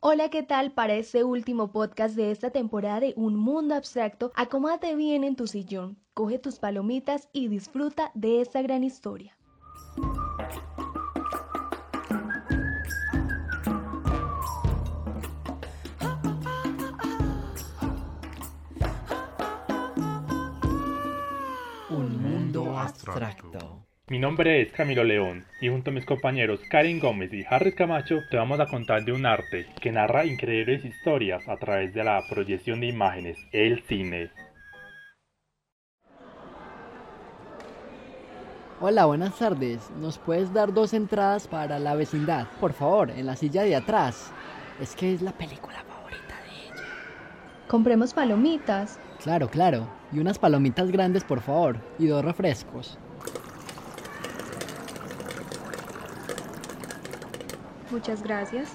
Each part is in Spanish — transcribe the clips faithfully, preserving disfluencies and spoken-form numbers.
Hola, ¿qué tal? Para este último podcast de esta temporada de Un Mundo Abstracto, acomódate bien en tu sillón, coge tus palomitas y disfruta de esta gran historia. Un mundo abstracto. Mi nombre es Camilo León y junto a mis compañeros Karen Gómez y Harris Camacho te vamos a contar de un arte que narra increíbles historias a través de la proyección de imágenes, el cine. Hola, buenas tardes. ¿Nos puedes dar dos entradas para La Vecindad? Por favor, en la silla de atrás. Es que es la película favorita de ella. Compremos palomitas. Claro, claro. Y unas palomitas grandes, por favor. Y dos refrescos. Muchas gracias.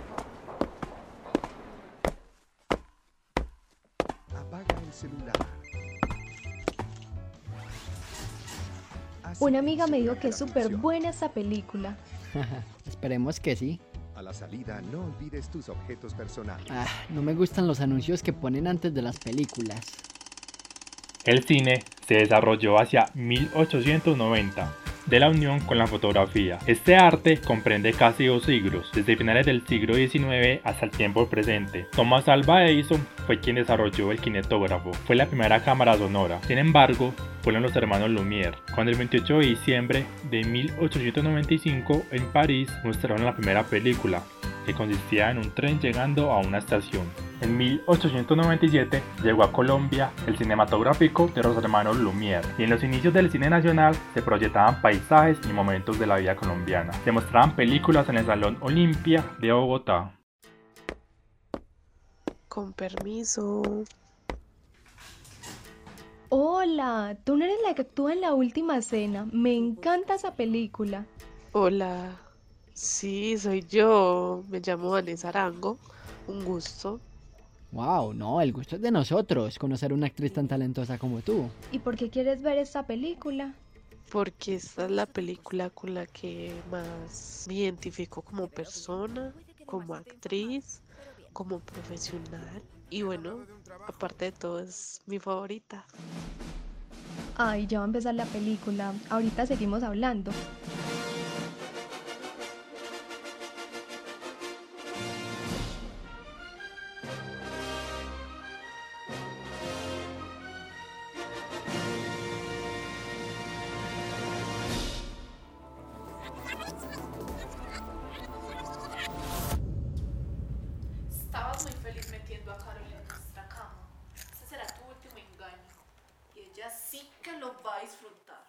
Apaga el celular. Haz Una amiga me dijo silencio que es la súper función. buena esta película. Esperemos que sí. A la salida, no olvides tus objetos personales. Ah, no me gustan los anuncios que ponen antes de las películas. El cine se desarrolló hacia mil ochocientos noventa, de la unión con la fotografía. Este arte comprende casi dos siglos, desde finales del siglo diecinueve hasta el tiempo presente. Thomas Alva Edison fue quien desarrolló el kinetógrafo, fue la primera cámara sonora. Sin embargo, fueron los hermanos Lumière, cuando el veintiocho de diciembre de mil ochocientos noventa y cinco en París mostraron la primera película, que consistía en un tren llegando a una estación. En mil ochocientos noventa y siete llegó a Colombia el cinematográfico de los hermanos Lumière, y en los inicios del cine nacional se proyectaban paisajes y momentos de la vida colombiana. Se mostraban películas en el Salón Olimpia de Bogotá. Con permiso. Hola, tú no eres la que actúa en La Última Cena. Me encanta esa película. Hola. Sí, soy yo. Me llamo Vanessa Arango. Un gusto. Wow, no, el gusto es de nosotros, conocer una actriz tan talentosa como tú. ¿Y por qué quieres ver esta película? Porque esta es la película con la que más me identifico como persona, como actriz, como profesional. Y bueno, aparte de todo, es mi favorita. Ay, ya va a empezar la película. Ahorita seguimos hablando. Estabas muy feliz metiendo a Carol en nuestra cama. Ese será tu último engaño. Y ella sí que lo va a disfrutar.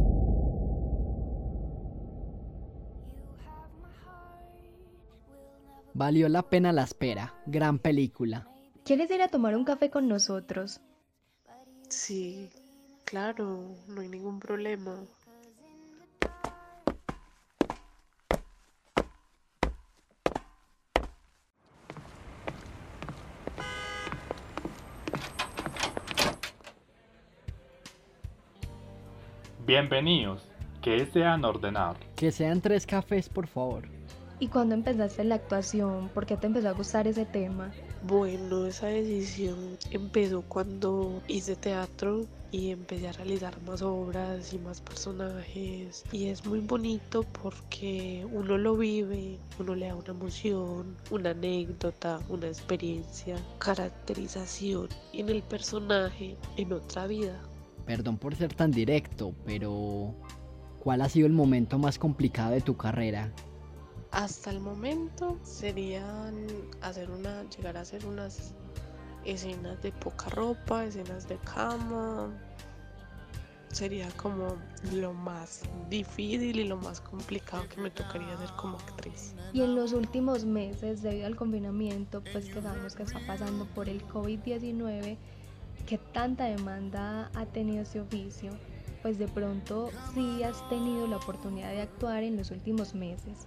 Valió la pena la espera. Gran película. ¿Quieres ir a tomar un café con nosotros? Sí, claro, no hay ningún problema. Bienvenidos, que desean ordenar. Que sean tres cafés, por favor. ¿Y cuándo empezaste la actuación? ¿Por qué te empezó a gustar ese tema? Bueno, esa decisión empezó cuando hice teatro y empecé a realizar más obras y más personajes, y es muy bonito porque uno lo vive, uno le da una emoción, una anécdota, una experiencia, caracterización en el personaje en otra vida. Perdón por ser tan directo, pero ¿cuál ha sido el momento más complicado de tu carrera? Hasta el momento serían hacer una, llegar a hacer unas escenas de poca ropa, escenas de cama. Sería como lo más difícil y lo más complicado que me tocaría hacer como actriz. Y en los últimos meses, debido al confinamiento, pues que sabemos que está pasando por el covid diecinueve, ¿qué tanta demanda ha tenido este oficio? Pues de pronto sí has tenido la oportunidad de actuar en los últimos meses.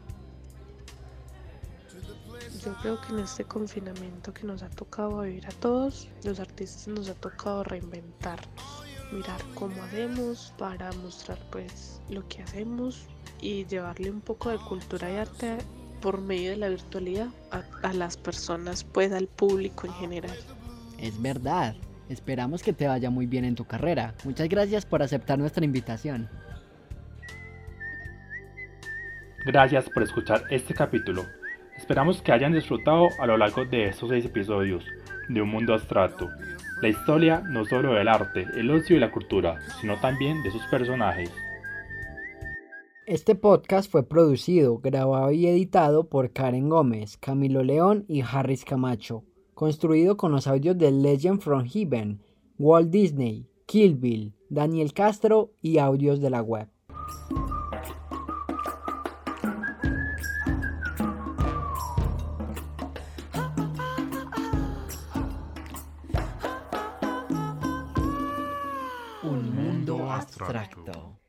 Yo creo que en este confinamiento que nos ha tocado vivir a todos, los artistas nos ha tocado reinventarnos, mirar cómo hacemos para mostrar pues lo que hacemos y llevarle un poco de cultura y arte por medio de la virtualidad a, a las personas, pues al público en general. Es verdad. Esperamos que te vaya muy bien en tu carrera. Muchas gracias por aceptar nuestra invitación. Gracias por escuchar este capítulo. Esperamos que hayan disfrutado a lo largo de estos seis episodios de Un Mundo Abstracto. La historia no solo del arte, el ocio y la cultura, sino también de sus personajes. Este podcast fue producido, grabado y editado por Karen Gómez, Camilo León y Harris Camacho. Construido con los audios de Legend from Heaven, Walt Disney, Kill Bill, Daniel Castro y audios de la web. Un mundo abstracto.